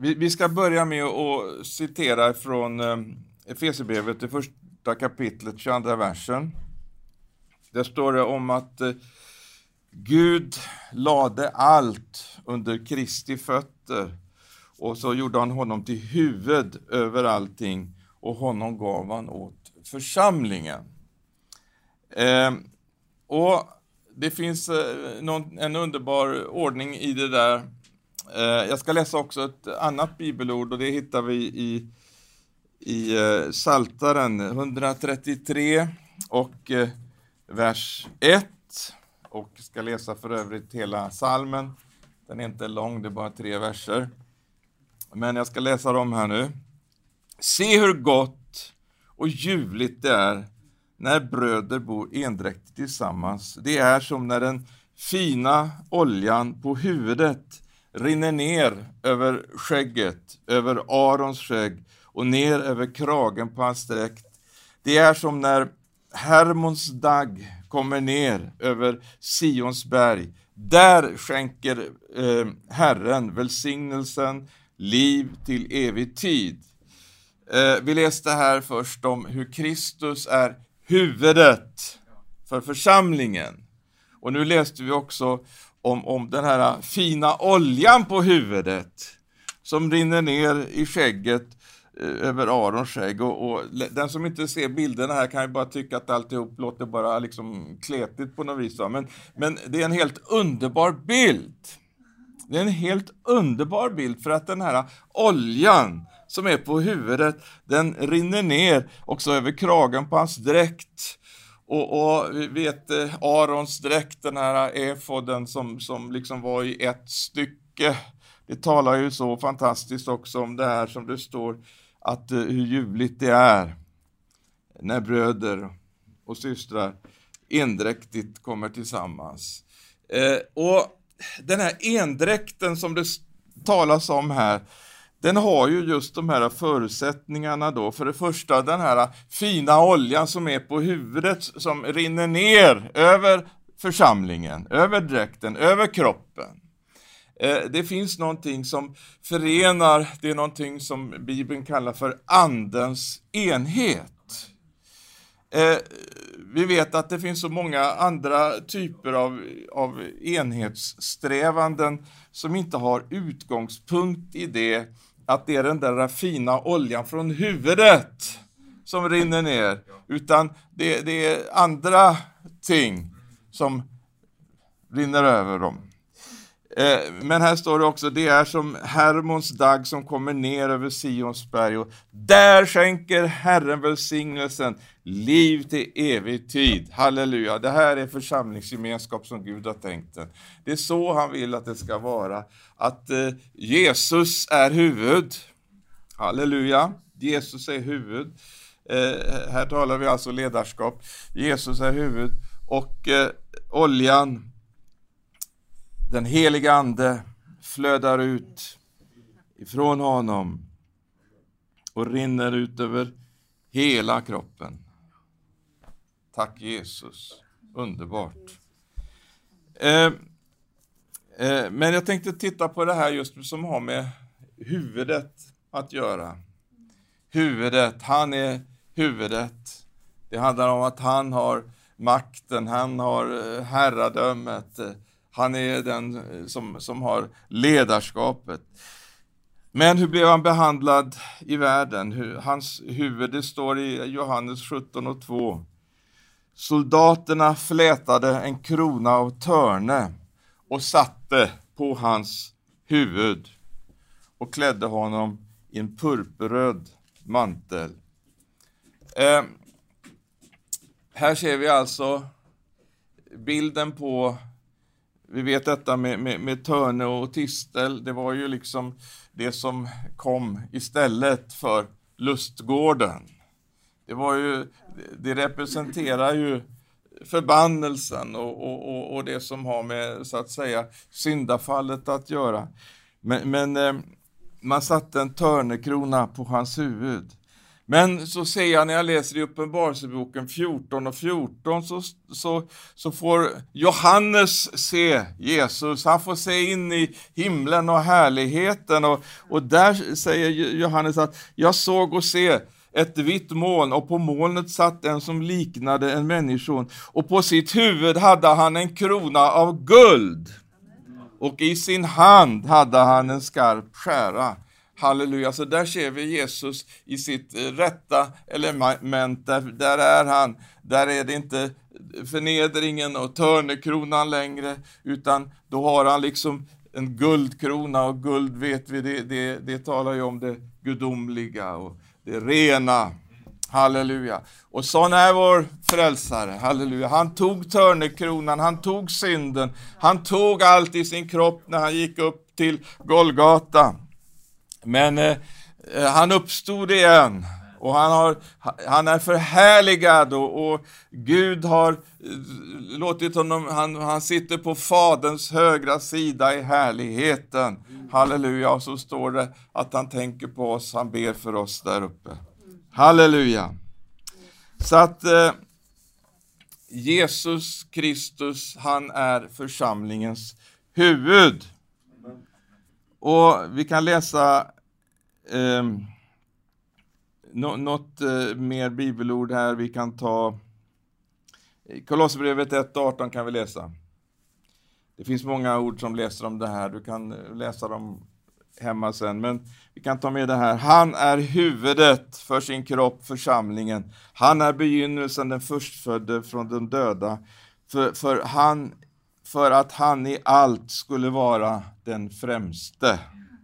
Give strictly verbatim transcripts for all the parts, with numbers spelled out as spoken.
Vi, vi ska börja med att citera från eh, Efesierbrevet, det första kapitlet, tjugoandra versen. Där står det om att eh, Gud lade allt under Kristi fötter och så gjorde han honom till huvud över allting och honom gav han åt församlingen. Eh, och det finns eh, någon, en underbar ordning i det där. Eh, jag ska läsa också ett annat bibelord och det hittar vi i, i eh, Psaltaren etthundratrettiotre och eh, vers ett. Och ska läsa för övrigt hela psalmen. Den är inte lång, det är bara tre verser. Men jag ska läsa dem här nu. Se hur gott och ljuvligt det är när bröder bor endräktigt tillsammans. Det är som när den fina oljan på huvudet rinner ner över skägget, över Arons skägg och ner över kragen på hans dräkt. Det är som när Hermons dag kommer ner över Sions berg. Där skänker eh, Herren välsignelsen, liv till evig tid. Eh, vi läste här först om hur Kristus är huvudet för församlingen. Och nu läste vi också om, om den här fina oljan på huvudet som rinner ner i skägget över Arons skägg. Och, och den som inte ser bilderna här kan ju bara tycka att alltihop låter bara liksom kletigt på något vis. Men, men det är en helt underbar bild. Det är en helt underbar bild för att den här oljan som är på huvudet, den rinner ner också över kragen på hans dräkt. Och, och vi vet eh, Arons dräkt, den här efoden som, som liksom var i ett stycke. Det talar ju så fantastiskt också om det här som det står att eh, hur ljuvligt det är när bröder och systrar endräktigt kommer tillsammans. Eh, och den här endräkten som det talas om här, den har ju just de här förutsättningarna då. För det första den här fina oljan som är på huvudet som rinner ner över församlingen, över dräkten, över kroppen. Eh, det finns någonting som förenar, det är någonting som Bibeln kallar för andens enhet. Eh, vi vet att det finns så många andra typer av, av enhetssträvanden som inte har utgångspunkt i det att det är den där fina oljan från huvudet som rinner ner, utan det, det är andra ting som rinner över dem. Eh, men här står det också, det är som Hermons dag som kommer ner över Sions berg och där skänker Herren välsignelsen, liv till evig tid. Halleluja, det här är församlingsgemenskap som Gud har tänkt den. Det är så han vill att det ska vara, att eh, Jesus är huvud. Halleluja, Jesus är huvud. Eh, här talar vi alltså ledarskap. Jesus är huvud och eh, oljan, den heliga ande, flödar ut ifrån honom och rinner ut över hela kroppen. Tack Jesus, underbart. Eh, eh, men jag tänkte titta på det här just som har med huvudet att göra. Huvudet, han är huvudet. Det handlar om att han har makten, han har herradömet. Han är den som, som har ledarskapet. Men hur blev han behandlad i världen? Hur, hans huvud, det står i Johannes sjutton och två. Soldaterna flätade en krona av törne och satte på hans huvud och klädde honom i en purpurröd mantel. Eh, här ser vi alltså bilden på, vi vet detta med, med, med törne och tistel, det var ju liksom det som kom istället för lustgården. Det var ju, det representerar ju förbannelsen och, och, och, och det som har med, så att säga, syndafallet att göra. Men, men eh, man satte en törnekrona på hans huvud. Men så ser jag när jag läser i Uppenbarelseboken fjorton och fjorton så, så, så får Johannes se Jesus. Han får se in i himlen och härligheten. Och, och där säger Johannes att jag såg och se ett vitt moln, och på molnet satt en som liknade en människa. Och på sitt huvud hade han en krona av guld. Och i sin hand hade han en skarp skära. Halleluja, så där ser vi Jesus i sitt rätta element. Där, där är han, där är det inte förnedringen och törnekronan längre, utan då har han liksom en guldkrona, och guld vet vi, det, det, det talar ju om det gudomliga och det rena. Halleluja. Och sån är vår frälsare. Halleluja. Han tog törnekronan, han tog synden, han tog allt i sin kropp när han gick upp till Golgata. Men eh, han uppstod igen, och han, har, han är förhärligad, och, och Gud har eh, låtit honom, han, han sitter på Faderns högra sida i härligheten. Halleluja, och så står det att han tänker på oss, han ber för oss där uppe. Halleluja. Så att eh, Jesus Kristus, han är församlingens huvud. Och vi kan läsa eh, no, något eh, mer bibelord här. Vi kan ta Kolosserbrevet ett arton kan vi läsa. Det finns många ord som läser om det här. Du kan läsa dem hemma sen. Men vi kan ta med det här. Han är huvudet för sin kropp, församlingen. Han är begynnelsen, den förstfödde från de döda. För, för, han, för att han i allt skulle vara den främste.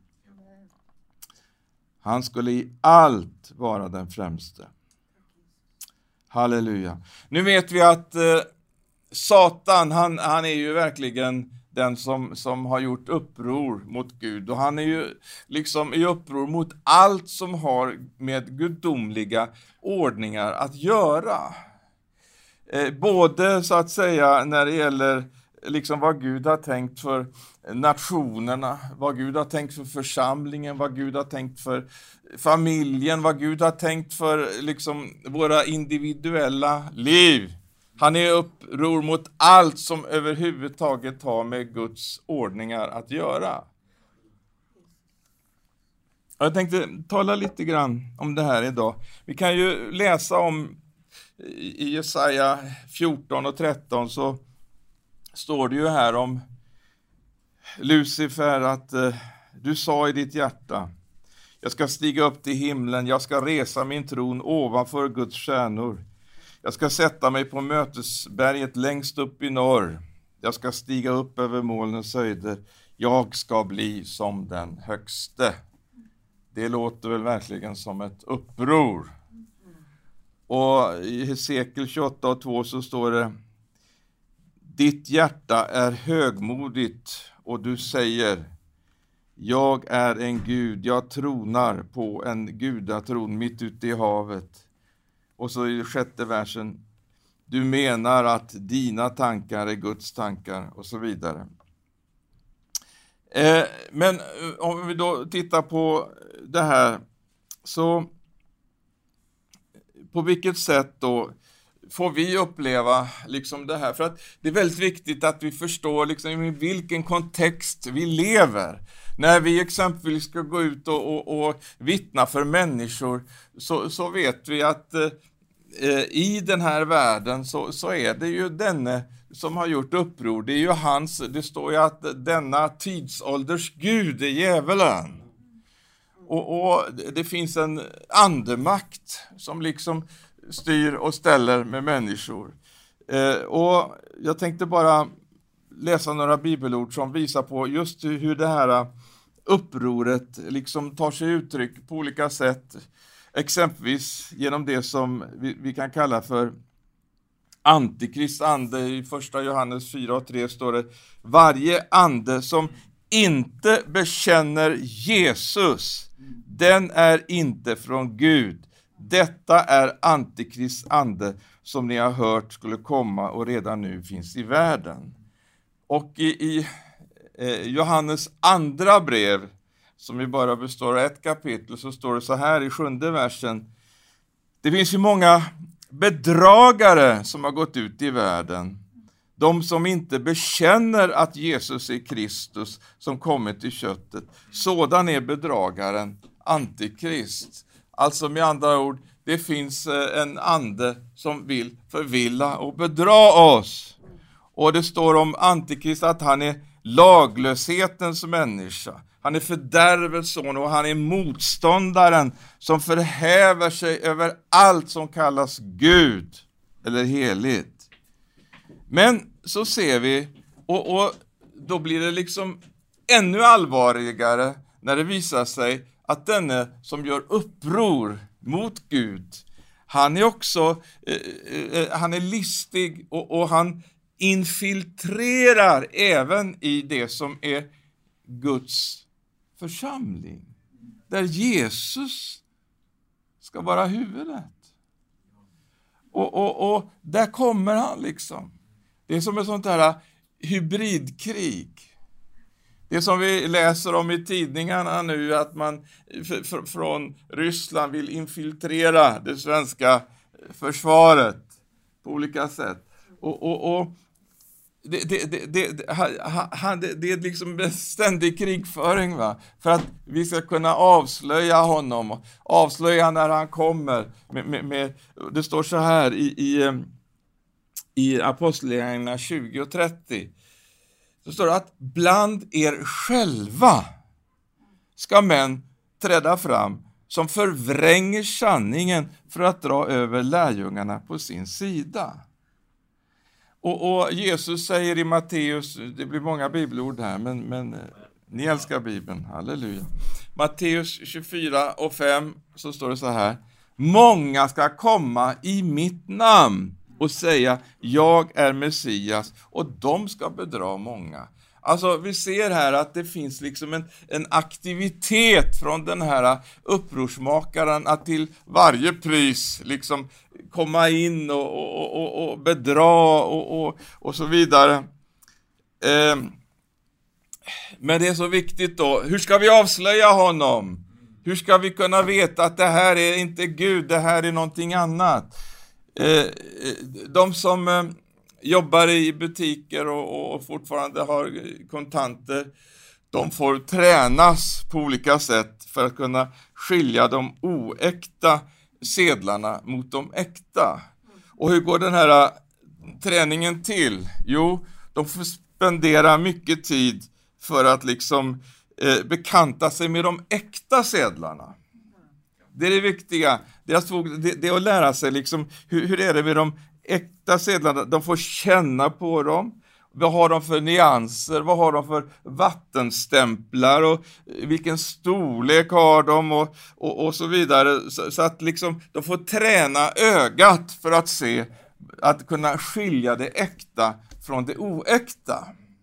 Han skulle i allt vara den främste. Halleluja. Nu vet vi att eh, Satan, han, han är ju verkligen den som, som har gjort uppror mot Gud. Och han är ju liksom i uppror mot allt som har med gudomliga ordningar att göra. Eh, både så att säga när det gäller liksom vad Gud har tänkt för nationerna, vad Gud har tänkt för församlingen, vad Gud har tänkt för familjen, vad Gud har tänkt för liksom våra individuella liv. Han är uppror mot allt som överhuvudtaget har med Guds ordningar att göra. Jag tänkte tala lite grann om det här idag. Vi kan ju läsa om i Jesaja fjorton och tretton, så står det ju här om Lucifer att eh, du sa i ditt hjärta: jag ska stiga upp till himlen, jag ska resa min tron ovanför Guds stjärnor. Jag ska sätta mig på mötesberget längst upp i norr. Jag ska stiga upp över molnens höjder. Jag ska bli som den högste. Det låter väl verkligen som ett uppror. Och i Hesekiel tjugoåtta och två så står det: ditt hjärta är högmodigt och du säger: jag är en gud, jag tronar på en gudatron mitt ute i havet. Och så i sjätte versen: du menar att dina tankar är Guds tankar, och så vidare. Eh, men om vi då tittar på det här, så på vilket sätt då får vi uppleva liksom det här? För att det är väldigt viktigt att vi förstår liksom i vilken kontext vi lever. När vi exempelvis ska gå ut och, och, och vittna för människor, så, så vet vi att eh, i den här världen så, så är det ju denne som har gjort uppror. Det är ju hans, det står ju att denna tidsålders Gud är djävulen. Och, och det finns en andemakt som liksom styr och ställer med människor. Eh, och jag tänkte bara läsa några bibelord som visar på just hur det här upproret liksom tar sig uttryck på olika sätt. Exempelvis genom det som vi, vi kan kalla för antikrist ande. I första Johannes fyra och tre står det: varje ande som inte bekänner Jesus, den är inte från Gud. Detta är antikrist ande som ni har hört skulle komma och redan nu finns i världen. Och i, i eh, Johannes andra brev, som ju bara består av ett kapitel, så står det så här i sjunde versen: Det finns ju många bedragare som har gått ut i världen. De som inte bekänner att Jesus är Kristus som kommit i köttet. Sådan är bedragaren, antikrist. Alltså med andra ord, det finns en ande som vill förvilla och bedra oss. Och det står om antikrist att han är laglöshetens människa. Han är fördärvets son och han är motståndaren som förhäver sig över allt som kallas Gud eller heligt. Men så ser vi, och, och då blir det liksom ännu allvarligare när det visar sig att denne som gör uppror mot Gud, han är också eh, eh, han är listig och, och han infiltrerar även i det som är Guds församling, där Jesus ska vara huvudet. Och, och, och där kommer han liksom. Det är som ett sånt här hybridkrig. Det som vi läser om i tidningarna nu, att man f- f- från Ryssland vill infiltrera det svenska försvaret på olika sätt. Och, och, och det, det, det, det, han, det, det är liksom en ständig krigföring, va? För att vi ska kunna avslöja honom. Och avslöja när han kommer. Med, med, med, det står så här i, i, i Apostlagärningarna tjugo och trettio. Så står det att bland er själva ska män träda fram som förvränger sanningen för att dra över lärjungarna på sin sida. Och, och Jesus säger i Matteus, det blir många bibelord här, men, men ni älskar Bibeln, halleluja. Matteus tjugofyra och fem så står det så här: många ska komma i mitt namn och säga, jag är Messias, och de ska bedra många. Alltså vi ser här att det finns liksom en, en aktivitet från den här upprorsmakaren att till varje pris liksom komma in och, och, och, och bedra och, och, och så vidare. Eh, men det är så viktigt då, hur ska vi avslöja honom? Hur ska vi kunna veta att det här är inte Gud, det här är någonting annat? De som jobbar i butiker och, och fortfarande har kontanter, de får tränas på olika sätt för att kunna skilja de oäkta sedlarna mot de äkta. Och hur går den här träningen till? Jo, de får spendera mycket tid för att liksom eh, bekanta sig med de äkta sedlarna. Det är det viktiga. Deras, det, det är att lära sig liksom, hur, hur är det med de äkta sedlarna. De får känna på dem. Vad har de för nyanser? Vad har de för vattenstämplar? Och vilken storlek har de? Och, och, och så vidare. Så, så att liksom, de får träna ögat för att se, att kunna skilja det äkta från det oäkta.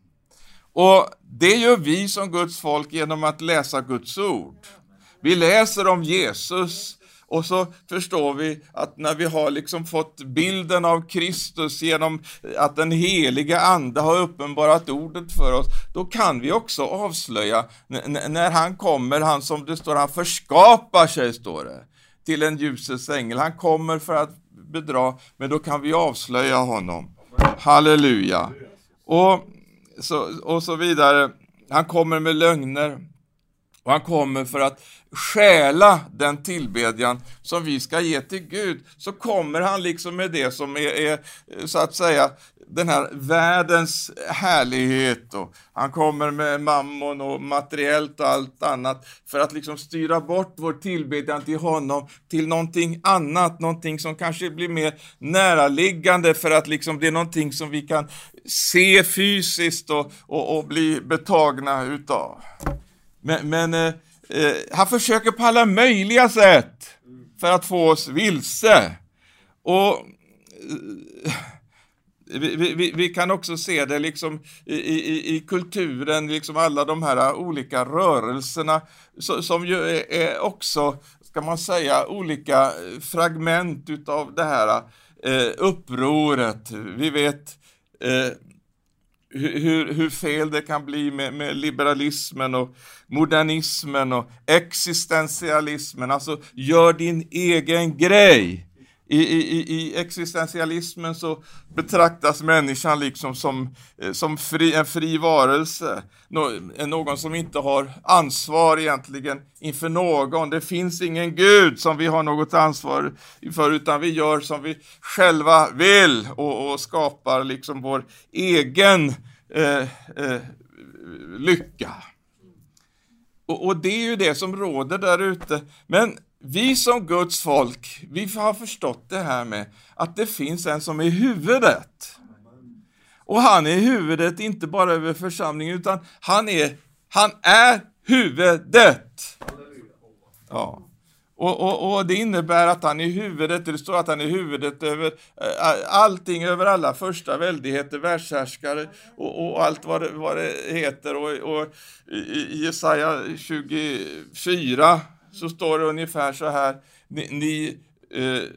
Och det gör vi som Guds folk genom att läsa Guds ord. Vi läser om Jesus och så förstår vi att när vi har liksom fått bilden av Kristus genom att den heliga ande har uppenbarat ordet för oss, då kan vi också avslöja n- när han kommer, han som det står, han förskapar sig, står det, till en ljusets ängel. Han kommer för att bedra, men då kan vi avslöja honom. Halleluja. Och så, och så vidare. Han kommer med lögner. Och han kommer för att stjäla den tillbedjan som vi ska ge till Gud. Så kommer han liksom med det som är, är så att säga den här världens härlighet. Och han kommer med mammon och materiellt och allt annat för att liksom styra bort vår tillbedjan till honom till någonting annat. Någonting som kanske blir mer näraliggande för att liksom det är någonting som vi kan se fysiskt och, och, och bli betagna utav. Men, men eh, han försöker på alla möjliga sätt för att få oss vilse. Och eh, vi, vi, vi kan också se det liksom i, i, i kulturen, liksom alla de här olika rörelserna så, som ju är, är också, ska man säga, olika fragment utav det här eh, upproret. Vi vet... Eh, hur, hur fel det kan bli med, med liberalismen och modernismen och existentialismen. Alltså, gör din egen grej. I, i, I existentialismen så betraktas människan liksom som, som fri, en fri varelse. Nå, någon som inte har ansvar egentligen inför någon. Det finns ingen Gud som vi har något ansvar för, utan vi gör som vi själva vill och, och skapar liksom vår egen eh, eh, lycka. Och, och det är ju det som råder där ute. Men vi som Guds folk, vi har förstått det här med att det finns en som är huvudet. Och han är huvudet inte bara över församlingen, utan han är, han är huvudet. Ja. Och, och, och det innebär att han är huvudet, det står att han är huvudet över allting, över alla första väldigheter, världshärskare och, och allt vad det, vad det heter. Och, och i Jesaja tjugofyra så står det ungefär så här: ni, ni eh,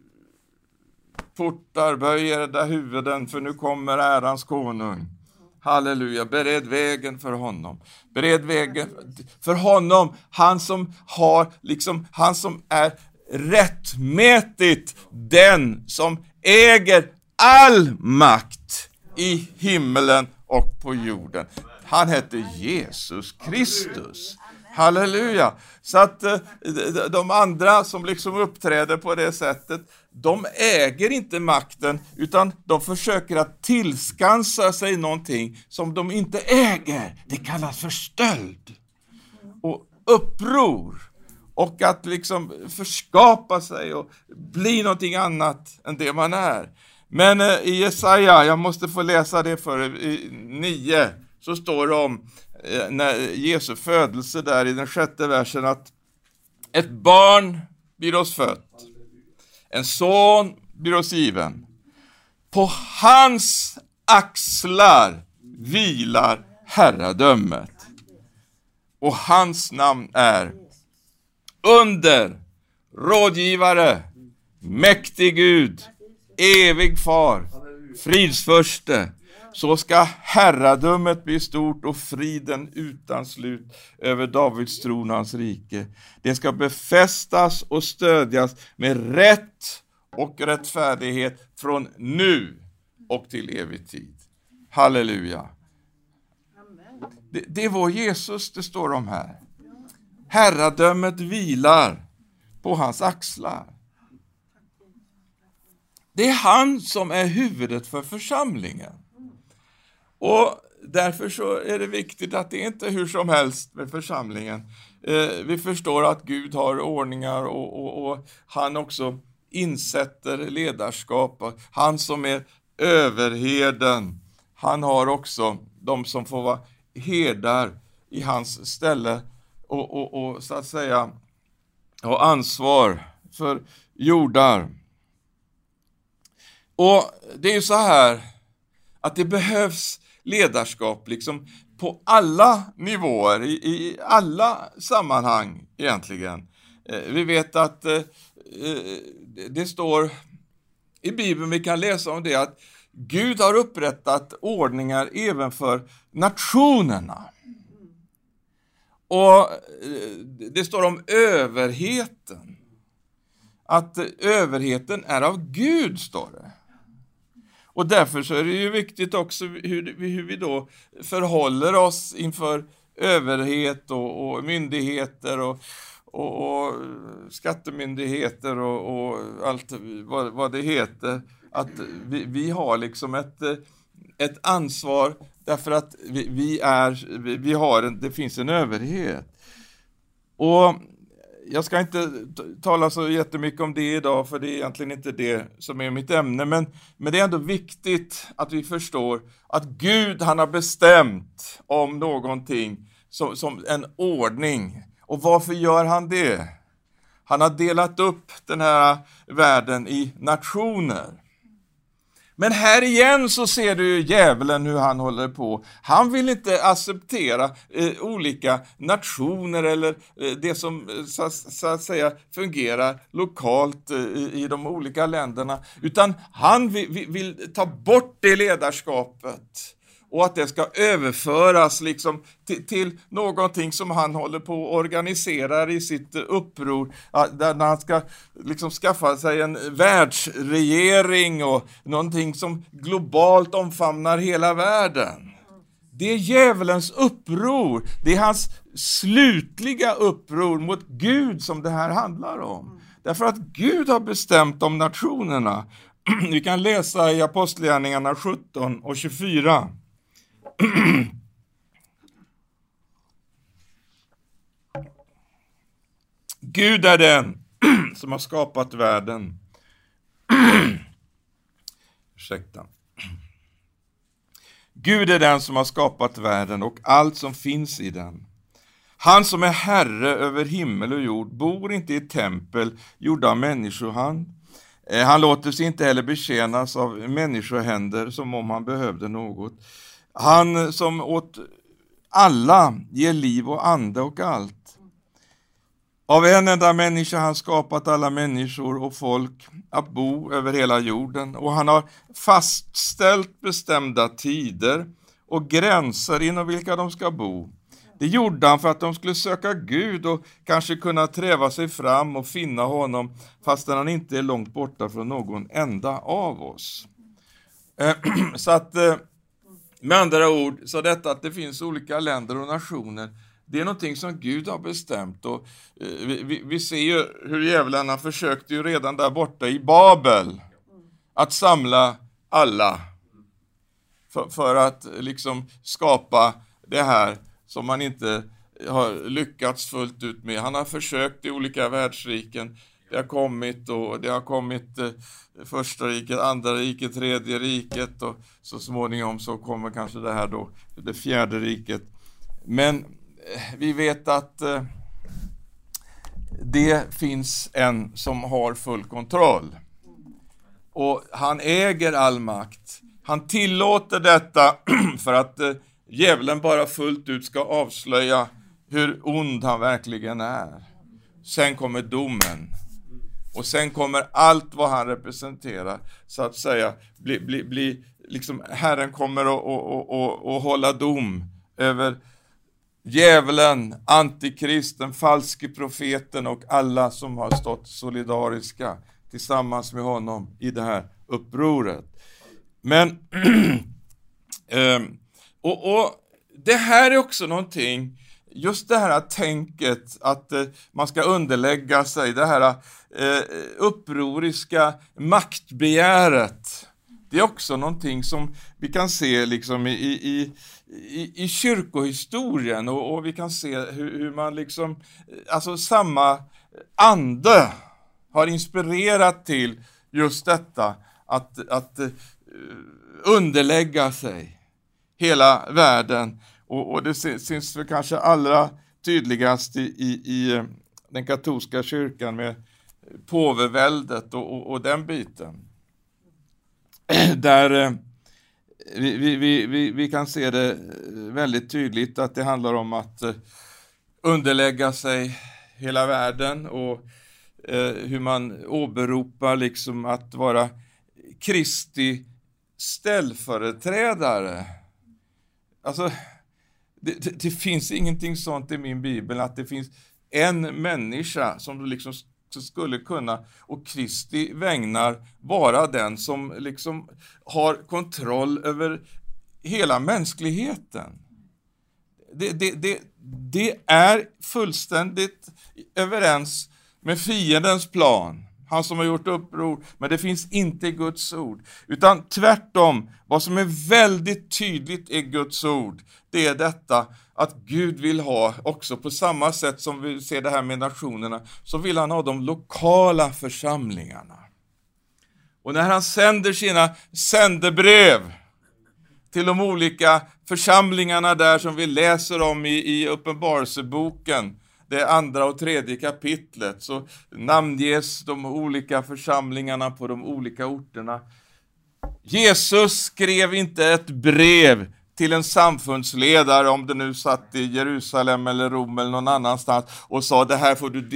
portar, böj era huvuden, för nu kommer ärans konung. Halleluja, bered vägen för honom. Bered vägen för honom, han som har liksom, han som är rättmätigt, den som äger all makt i himmelen och på jorden. Han heter Jesus Kristus. Halleluja. Så att de andra som liksom uppträder på det sättet, de äger inte makten, utan de försöker att tillskansa sig någonting som de inte äger. Det kallas för stöld och uppror, och att liksom förskapa sig och bli någonting annat än det man är. Men i Jesaja, jag måste få läsa det för i nio, så står det om när Jesu födelse där i den sjätte versen, att ett barn blir oss fött, en son blir oss given. På hans axlar vilar herradömet, och hans namn är Under, Rådgivare, Mäktig Gud, Evig Far, Fridsförste. Så ska herradömet bli stort och friden utan slut över Davids tron, hans rike. Det ska befästas och stödjas med rätt och rättfärdighet från nu och till evig tid. Halleluja. Det, det är vår Jesus det står om här. Herradömet vilar på hans axlar. Det är han som är huvudet för församlingen. Och därför så är det viktigt att det inte är hur som helst med församlingen. Eh, vi förstår att Gud har ordningar och, och, och han också insätter ledarskap. Han som är överherden, han har också de som får vara herdar i hans ställe och, och, och så att säga ha ansvar för jordar. Och det är ju så här att det behövs ledarskap liksom på alla nivåer, i, i alla sammanhang egentligen. Eh, vi vet att eh, det står i Bibeln, vi kan läsa om det, att Gud har upprättat ordningar även för nationerna. Och eh, det står om överheten. Att eh, överheten är av Gud, står det. Och därför så är det ju viktigt också hur, hur vi då förhåller oss inför överhet och, och myndigheter och, och, och skattemyndigheter och, och allt vad, vad det heter. Att vi, vi har liksom ett, ett ansvar därför att vi, vi är, vi, vi har en, det finns en överhet. Och jag ska inte tala så jättemycket om det idag, för det är egentligen inte det som är mitt ämne. Men, men det är ändå viktigt att vi förstår att Gud, han har bestämt om någonting som, som en ordning. Och varför gör han det? Han har delat upp den här världen i nationer. Men här igen så ser du ju djävulen hur han håller på. Han vill inte acceptera eh, olika nationer eller eh, det som eh, så, så att säga fungerar lokalt eh, i de olika länderna. Utan han vill, vill ta bort det ledarskapet och att det ska överföras liksom till, till någonting som han håller på och organiserar i sitt uppror, där han ska liksom skaffa sig en världsregering och någonting som globalt omfamnar hela världen. Det är djävulens uppror, det är hans slutliga uppror mot Gud som det här handlar om. Därför att Gud har bestämt om nationerna. Vi kan läsa i Apostlagärningarna sjutton och tjugofyra. Gud är den som har skapat världen. Ursäkta. Gud är den som har skapat världen och allt som finns i den. Han som är herre över himmel och jord bor inte i ett tempel gjorda av människohand. Han låter sig inte heller betjänas av människohänder som om han behövde något. Han som åt alla ger liv och ande och allt. Av en enda människa har han skapat alla människor och folk att bo över hela jorden. Och han har fastställt bestämda tider och gränser inom vilka de ska bo. Det gjorde han för att de skulle söka Gud och kanske kunna träva sig fram och finna honom fastän han inte är långt borta från någon enda av oss. Så att med andra ord, så detta att det finns olika länder och nationer, det är någonting som Gud har bestämt. Och vi, vi, vi ser ju hur djävularna försökte ju redan där borta i Babel att samla alla för, för att liksom skapa det här som man inte har lyckats fullt ut med. Han har försökt i olika världsriken. Det har kommit och det har kommit eh, första riket, andra riket, tredje riket och så småningom så kommer kanske det här då, det fjärde riket. Men eh, vi vet att eh, det finns en som har full kontroll. Och han äger all makt. Han tillåter detta för att eh, djävulen bara fullt ut ska avslöja hur ond han verkligen är. Sen kommer domen. Och sen kommer allt vad han representerar, så att säga, bli, bli, bli liksom, Herren kommer att och, och, och, och hålla dom över djävulen, antikristen, falske profeten och alla som har stått solidariska tillsammans med honom i det här upproret. Men eh, och, och det här är också någonting, just det här tänket att eh, man ska underlägga sig, det här eh, upproriska maktbegäret. Det är också någonting som vi kan se liksom i, i, i, i kyrkohistorien och, och vi kan se hur, hur man liksom, alltså samma ande har inspirerat till just detta att, att uh, underlägga sig hela världen. Och, och det syns för kanske allra tydligast i, i, i den katolska kyrkan med påveväldet och, och, och den biten. Där eh, vi, vi, vi, vi kan se det väldigt tydligt att det handlar om att eh, underlägga sig hela världen och eh, hur man åberopar liksom att vara Kristi ställföreträdare. Alltså det, det, det finns ingenting sånt i min bibel att det finns en människa som liksom skulle kunna och Kristi vägnar vara den som liksom har kontroll över hela mänskligheten. Det, det, det, det är fullständigt överens med fiendens plan. Han som har gjort uppror, men det finns inte i Guds ord. Utan tvärtom, vad som är väldigt tydligt i Guds ord, det är detta att Gud vill ha, också på samma sätt som vi ser det här med nationerna, så vill han ha de lokala församlingarna. Och när han sänder sina sändebrev till de olika församlingarna där som vi läser om i, i Uppenbarelseboken, det andra och tredje kapitlet, så namnges de olika församlingarna på de olika orterna. Jesus skrev inte ett brev till en samfundsledare, om det nu satt i Jerusalem eller Rom eller någon annanstans, och sa det här får du dis-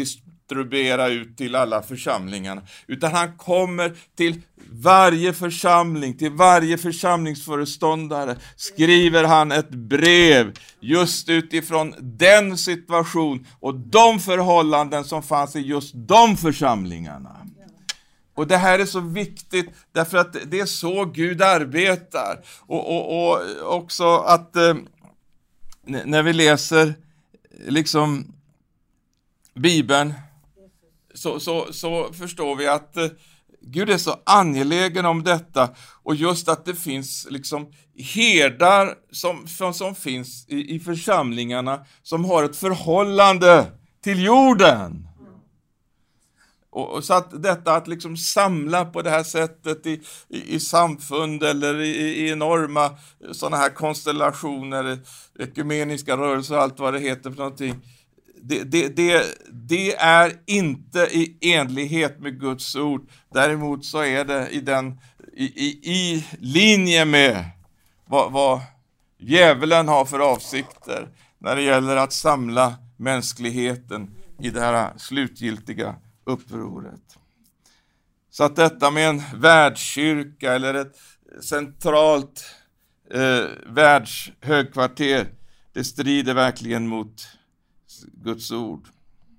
distribuera ut till alla församlingarna. Utan han kommer till varje församling, till varje församlingsföreståndare skriver han ett brev just utifrån den situation och de förhållanden som fanns i just de församlingarna. Och det här är så viktigt därför att det är så Gud arbetar. Och, och, och också att eh, när vi läser liksom Bibeln så, så, så förstår vi att eh, Gud är så angelägen om detta. Och just att det finns liksom herdar som, som, som finns i, i församlingarna som har ett förhållande till jorden. Och så att detta att liksom samla på det här sättet i, i, i samfund eller i, i enorma sådana här konstellationer, ekumeniska rörelser och allt vad det heter för någonting. Det, det, det, det är inte i enlighet med Guds ord. Däremot så är det i, den, i, i, i linje med vad, vad djävulen har för avsikter när det gäller att samla mänskligheten i det här slutgiltiga upproret. Så att detta med en världskyrka eller ett centralt eh, världshögkvarter, det strider verkligen mot Guds ord.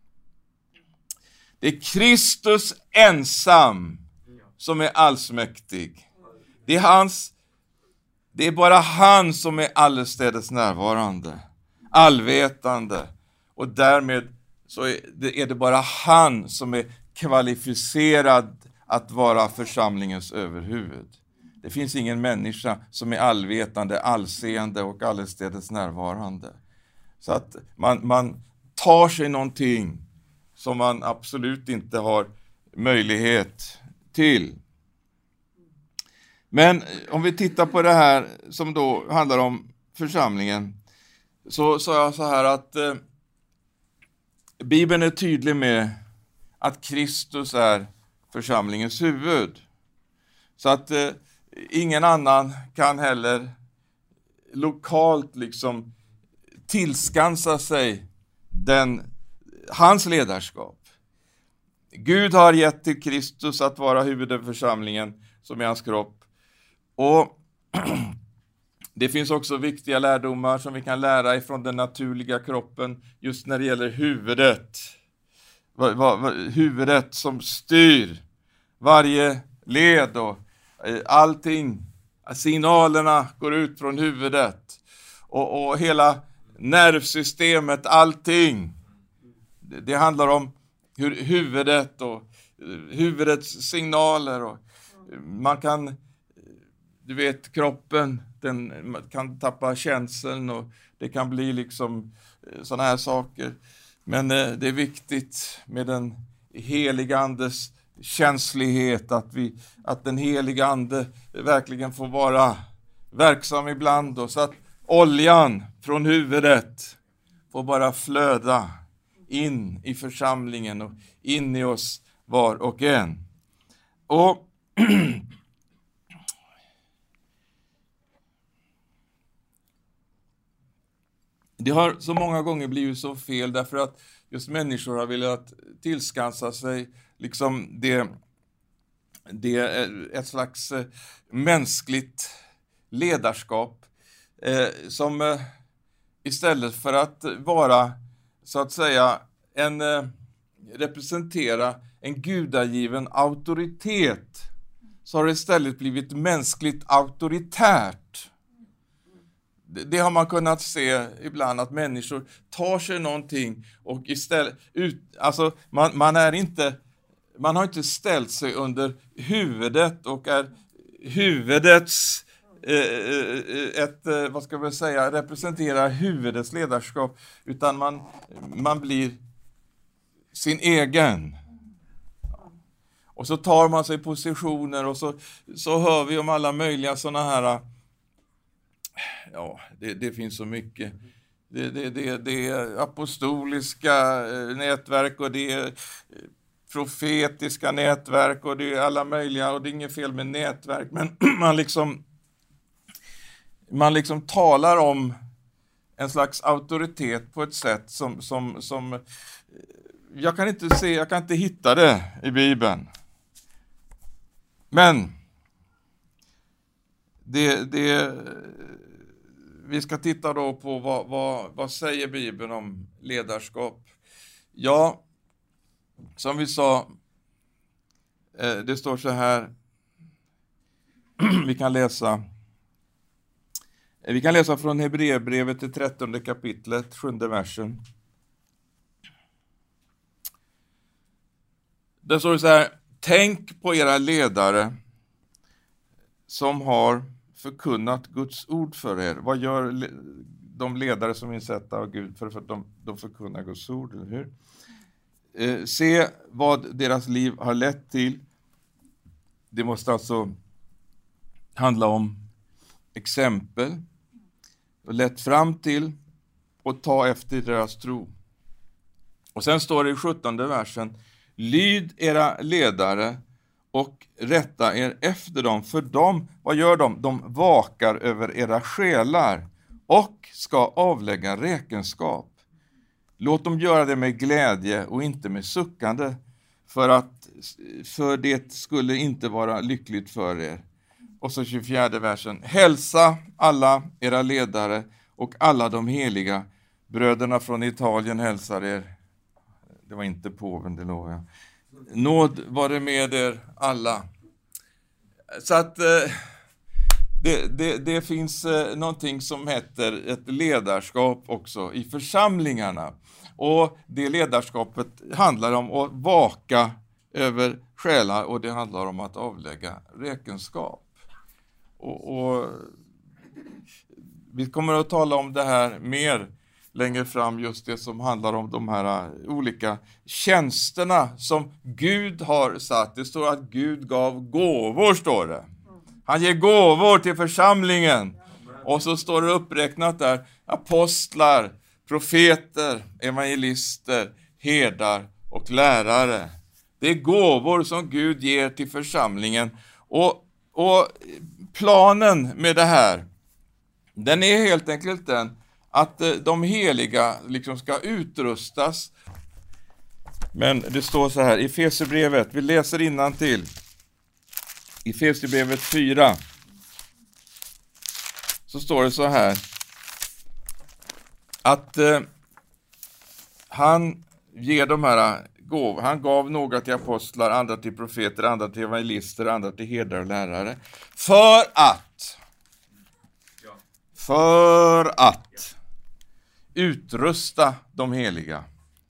Det är Kristus ensam som är allsmäktig. Det är hans, det är bara han som är allestädes närvarande, allvetande, och därmed så är det, är det bara han som är kvalificerad att vara församlingens överhuvud. Det finns ingen människa som är allvetande, allseende och allestädes närvarande. Så att man, man tar sig någonting som man absolut inte har möjlighet till. Men om vi tittar på det här som då handlar om församlingen, så sa jag så här att eh, Bibeln är tydlig med att Kristus är församlingens huvud. Så att eh, ingen annan kan heller lokalt liksom tillskansa sig den, hans ledarskap. Gud har gett till Kristus att vara huvud i församlingen som är hans kropp. Och det finns också viktiga lärdomar som vi kan lära ifrån den naturliga kroppen just när det gäller huvudet. Va, va, va, huvudet som styr varje led och eh, allting. Signalerna går ut från huvudet. Och, och hela nervsystemet, allting. Det, det handlar om hur huvudet och huvudets signaler. Och man kan, du vet, kroppen, den kan tappa känseln och det kan bli liksom såna här saker. Men eh, det är viktigt med den heliga andes känslighet, att, vi, att den heliga ande verkligen får vara verksam ibland. Och så att oljan från huvudet får bara flöda in i församlingen och in i oss var och en. Och det har så många gånger blivit så fel därför att just människor har velat tillskansa sig liksom det, det är ett slags mänskligt ledarskap eh, som eh, istället för att vara så att säga en eh, representera en gudagiven auktoritet, så har det istället blivit mänskligt auktoritärt. Det, det har man kunnat se ibland, att människor tar sig någonting och istället ut, alltså man, man är inte man har inte ställt sig under huvudet och är huvudets eh, ett vad ska man säga representerar huvudets ledarskap, utan man man blir sin egen. Och så tar man sig positioner och så så hör vi om alla möjliga såna här, ja, det, det finns så mycket. Det, det, det, det är apostoliska nätverk och det är profetiska nätverk och det är alla möjliga, och det är inget fel med nätverk, men man liksom man liksom talar om en slags auktoritet på ett sätt som som som jag kan inte se, jag kan inte hitta det i Bibeln. Men det, det, vi ska titta då på vad, vad, vad säger Bibeln om ledarskap. Ja, som vi sa, det står så här, vi kan läsa vi kan läsa från Hebreerbrevet till trettonde kapitlet, sjunde versen. Där står det så här: tänk på era ledare som har förkunnat Guds ord för er. Vad gör de ledare som är insatta av Gud för att de, de förkunnar Guds ord, eller hur? Eh, se vad deras liv har lett till. Det måste alltså handla om exempel och lett fram till och ta efter deras tro. Och sen står det i sjuttonde versen: lyd era ledare och rätta er efter dem, för dem, vad gör de? De vakar över era själar och ska avlägga räkenskap. Låt dem göra det med glädje och inte med suckande, för att för det skulle inte vara lyckligt för er. Och så tjugofjärde versen: hälsa alla era ledare och alla de heliga. Bröderna från Italien hälsar er. Det var inte påven, det lovar jag. Nåd var det med er alla. Så att eh, det, det, det finns eh, någonting som heter ett ledarskap också i församlingarna. Och det ledarskapet handlar om att vaka över själar, och det handlar om att avlägga räkenskap. Och, och vi kommer att tala om det här mer längre fram, just det som handlar om de här olika tjänsterna som Gud har satt. Det står att Gud gav gåvor, står det. Han ger gåvor till församlingen. Och så står det uppräknat där: apostlar, profeter, evangelister, herdar och lärare. Det är gåvor som Gud ger till församlingen. Och, och planen med det här, den är helt enkelt den att de heliga liksom ska utrustas. Men det står så här i Efesierbrevet, vi läser innantill. I Efesierbrevet fyra så står det så här att eh, han ger de här gåv, han gav några till apostlar, andra till profeter, andra till evangelister, andra till herdar och lärare, för att för att utrusta de heliga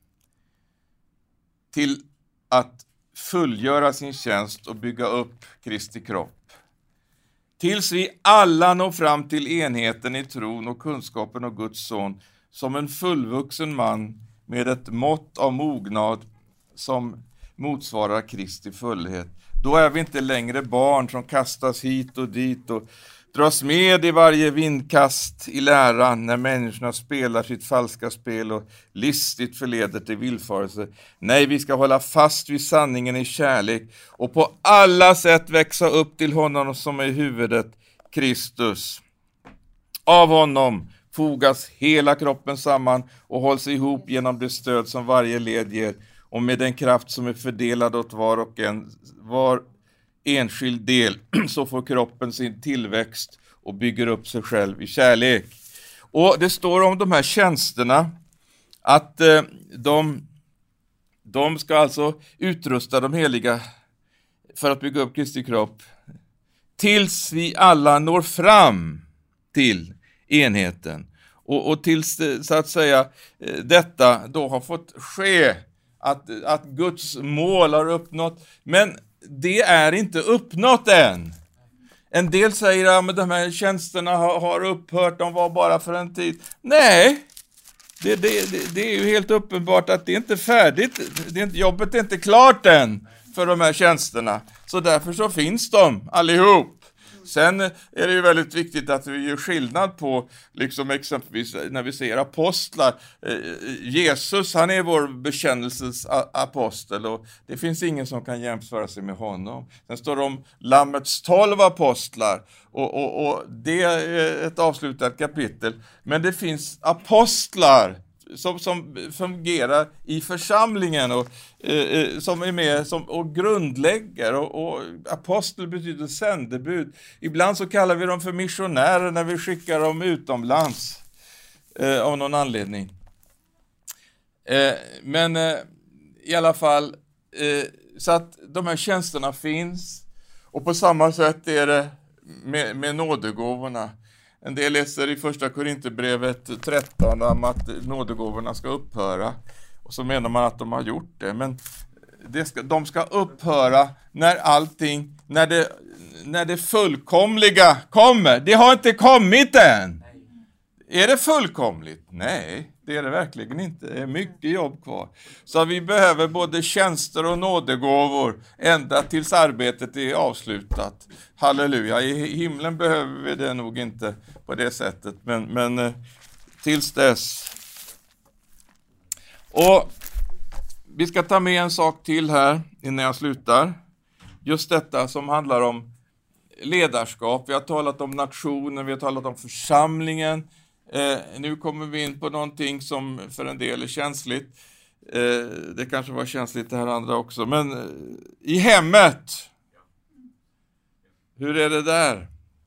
till att fullgöra sin tjänst och bygga upp Kristi kropp. Tills vi alla når fram till enheten i tron och kunskapen av Guds son, som en fullvuxen man med ett mått av mognad som motsvarar Kristi fullhet. Då är vi inte längre barn som kastas hit och dit och dras med i varje vindkast i läran när människorna spelar sitt falska spel och listigt förleder till villfarelse. Nej, vi ska hålla fast vid sanningen i kärlek och på alla sätt växa upp till honom som är huvudet, Kristus. Av honom fogas hela kroppen samman och hålls ihop genom det stöd som varje led ger, och med den kraft som är fördelad åt var och en, var enskild del, så får kroppen sin tillväxt och bygger upp sig själv i kärlek. Och det står om de här tjänsterna att eh, de, de ska alltså utrusta de heliga för att bygga upp Kristi kropp tills vi alla når fram till enheten. Och, och tills så att säga detta då har fått ske, att, att Guds mål har uppnått. Men det är inte uppnått än. En del säger att ja, de här tjänsterna har, har upphört, de var bara för en tid. Nej, det, det, det, det är ju helt uppenbart att det är inte färdigt. Det är inte, jobbet är inte klart än för de här tjänsterna. Så därför så finns de allihop. Sen är det ju väldigt viktigt att vi gör skillnad på, liksom exempelvis när vi säger apostlar. Jesus, han är vår bekännelses apostel, och det finns ingen som kan jämföra sig med honom. Sen står det om Lammets tolv apostlar, och, och, och det är ett avslutat kapitel. Men det finns apostlar som, som fungerar i församlingen och eh, som är med som, och grundlägger. Och, och apostel betyder sändebud. Ibland så kallar vi dem för missionärer när vi skickar dem utomlands eh, av någon anledning. Eh, men eh, i alla fall eh, så att de här tjänsterna finns, och på samma sätt är det med, med nådegåvorna. En del läser i första Korinthierbrevet tretton om att nådegåvorna ska upphöra, och så menar man att de har gjort det, men det ska, de ska upphöra när allting, när det, när det fullkomliga kommer. Det har inte kommit än. Är det fullkomligt? Nej, det är det verkligen inte. Det är mycket jobb kvar. Så vi behöver både tjänster och nådegåvor ända tills arbetet är avslutat. Halleluja. I himlen behöver vi det nog inte på det sättet. Men, men tills dess. Och vi ska ta med en sak till här innan jag slutar. Just detta som handlar om ledarskap. Vi har talat om nationen, vi har talat om församlingen. Eh, nu kommer vi in på någonting som för en del är känsligt. Eh, det kanske var känsligt det här andra också. Men eh, i hemmet. Hur är det där?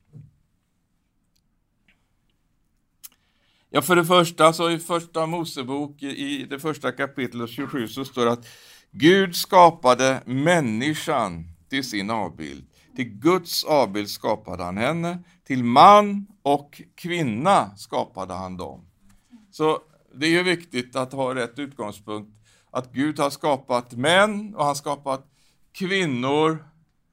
Ja, för det första så i första Mosebok i, i det första kapitlet tjugosju så står det att Gud skapade människan till sin avbild. Till Guds avbild skapade han henne. Till man och kvinna skapade han dem. Så det är ju viktigt att ha rätt utgångspunkt. Att Gud har skapat män och han har skapat kvinnor.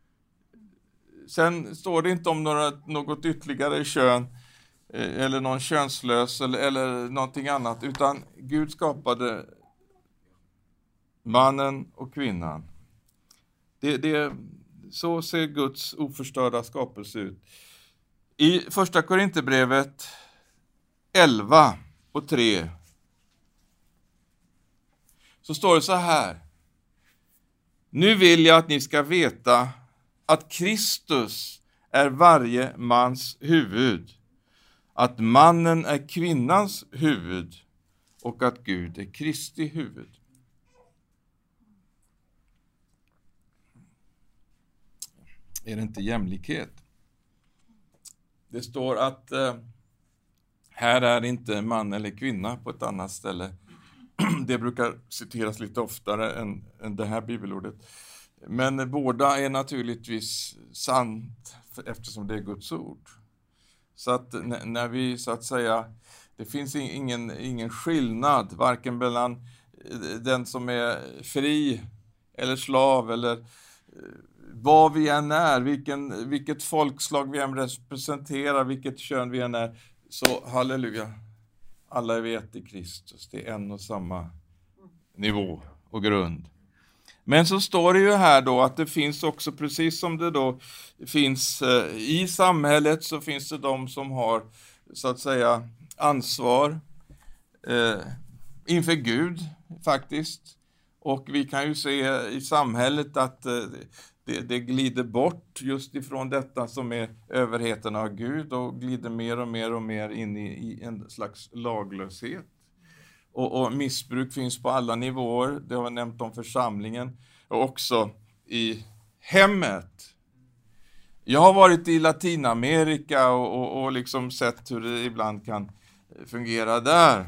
Sen står det inte om några, något ytterligare kön eller någon könslös eller, eller någonting annat. Utan Gud skapade mannen och kvinnan. Det, det, så ser Guds oförstörda skapelse ut. I första Korinthierbrevet elva och tre så står det så här. Nu vill jag att ni ska veta att Kristus är varje mans huvud, att mannen är kvinnans huvud och att Gud är Kristi huvud. Är det inte jämlikhet? Det står att eh, här är inte man eller kvinna på ett annat ställe. Det brukar citeras lite oftare än, än det här bibelordet. Men båda är naturligtvis sant eftersom det är Guds ord. Så att n- när vi så att säga, det finns ingen, ingen skillnad varken mellan den som är fri eller slav eller vad vi än är, vilken, vilket folkslag vi än representerar, vilket kön vi än är, så halleluja, alla är vi ett i Kristus. Det är en och samma nivå och grund. Men så står det ju här då att det finns också, precis som det då finns eh, i samhället, så finns det de som har så att säga ansvar eh, inför Gud faktiskt. Och vi kan ju se i samhället att eh, det, det glider bort just ifrån detta som är överheten av Gud och glider mer och mer och mer in i, i en slags laglöshet. Och, och missbruk finns på alla nivåer. Det har jag nämnt om församlingen. Och också i hemmet. Jag har varit i Latinamerika och, och, och liksom sett hur det ibland kan fungera där.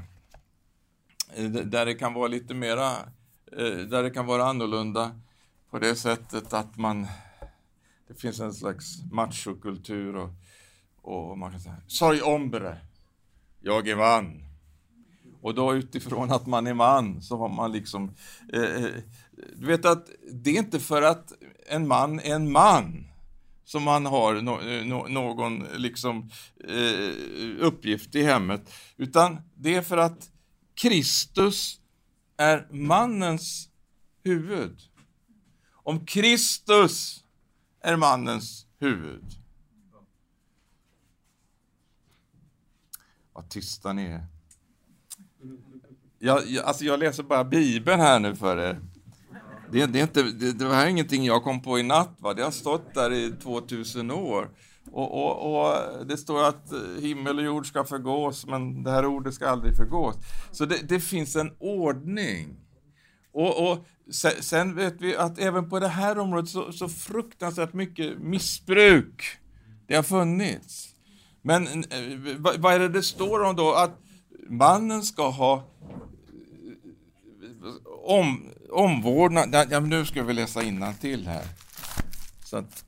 Där det kan vara lite mera, där det kan vara annorlunda på det sättet att man, det finns en slags machokultur och, och man kan säga, soy hombre, jag är man. Och då utifrån att man är man så har man liksom, eh, du vet att det är inte för att en man är en man som man har no, no, någon liksom eh, uppgift i hemmet, utan det är för att Kristus är mannens huvud. Om Kristus är mannens huvud. Vad tysta ni är. Jag, jag, alltså jag läser bara Bibeln här nu för er. Det, det, är inte, det, det var ingenting jag kom på i natt. Va? Det har stått där i tvåtusen år. Och, och, och det står att himmel och jord ska förgås, men det här ordet ska aldrig förgås. Så det, det finns en ordning. Och, och sen, sen vet vi att även på det här området så, så fruktansvärt mycket missbruk det har funnits. Men vad, vad är det det står om då? Att mannen ska ha om, omvårdnad. Ja, nu ska vi läsa innantill här. Så att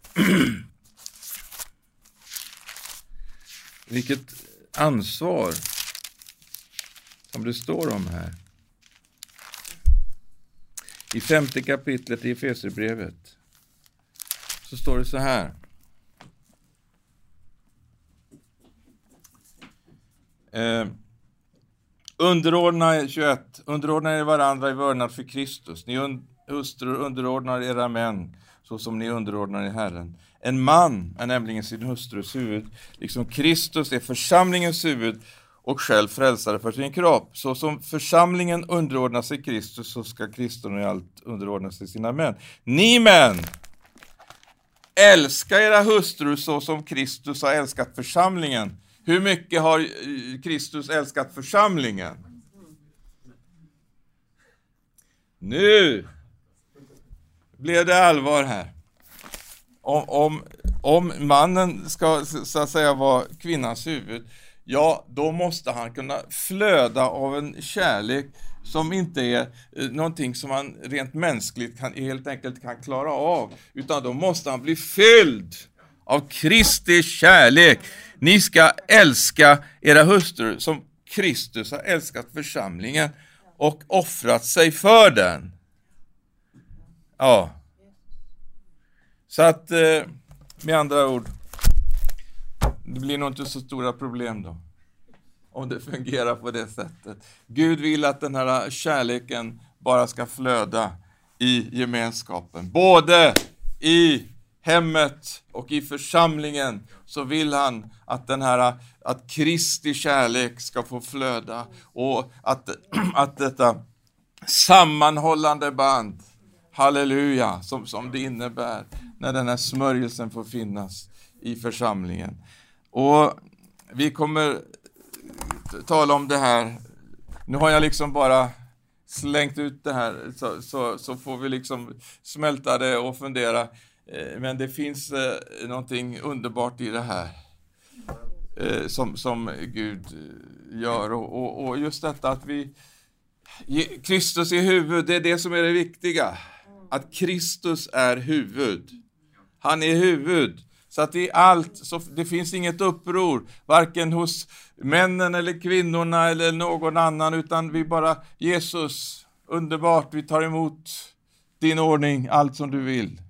vilket ansvar som det står om här. I femte kapitlet i Efesierbrevet så står det så här. Eh, underordna tjugoett. Underordna er varandra i vördnad för Kristus. Ni un, hustrur underordnar era män så som ni underordnar er Herren. En man är nämligen sin hustrus huvud, liksom Kristus är församlingens huvud och själv frälsare för sin kropp. Så som församlingen underordnar sig Kristus, så ska Kristus i allt underordna sig sina män. Ni män, älska era hustrur så som Kristus har älskat församlingen. Hur mycket har Kristus älskat församlingen? Nu blev det allvar här. Om, om, om mannen ska så att säga vara kvinnans huvud, ja, då måste han kunna flöda av en kärlek som inte är någonting som man rent mänskligt kan, helt enkelt kan klara av, utan då måste han bli fylld av Kristi kärlek. Ni ska älska era hustrur som Kristus har älskat församlingen och offrat sig för den. Ja. Så att med andra ord, det blir nog inte så stora problem då, om det fungerar på det sättet. Gud vill att den här kärleken bara ska flöda i gemenskapen. Både i hemmet och i församlingen så vill han att den här, att Kristi kärlek ska få flöda. Och att, att detta sammanhållande band, halleluja, som, som det innebär när den här smörjelsen får finnas i församlingen. Och vi kommer tala om det här. Nu har jag liksom bara slängt ut det här, så, så, så får vi liksom smälta det och fundera. Men det finns eh, någonting underbart i det här eh, som, som Gud gör. Och, och, och just detta att vi, Kristus är huvud, det är det som är det viktiga. Att Kristus är huvud. Han är huvud. Så att i allt, så det finns inget uppror, varken hos männen eller kvinnorna eller någon annan, utan vi bara, Jesus, underbart, vi tar emot din ordning, allt som du vill.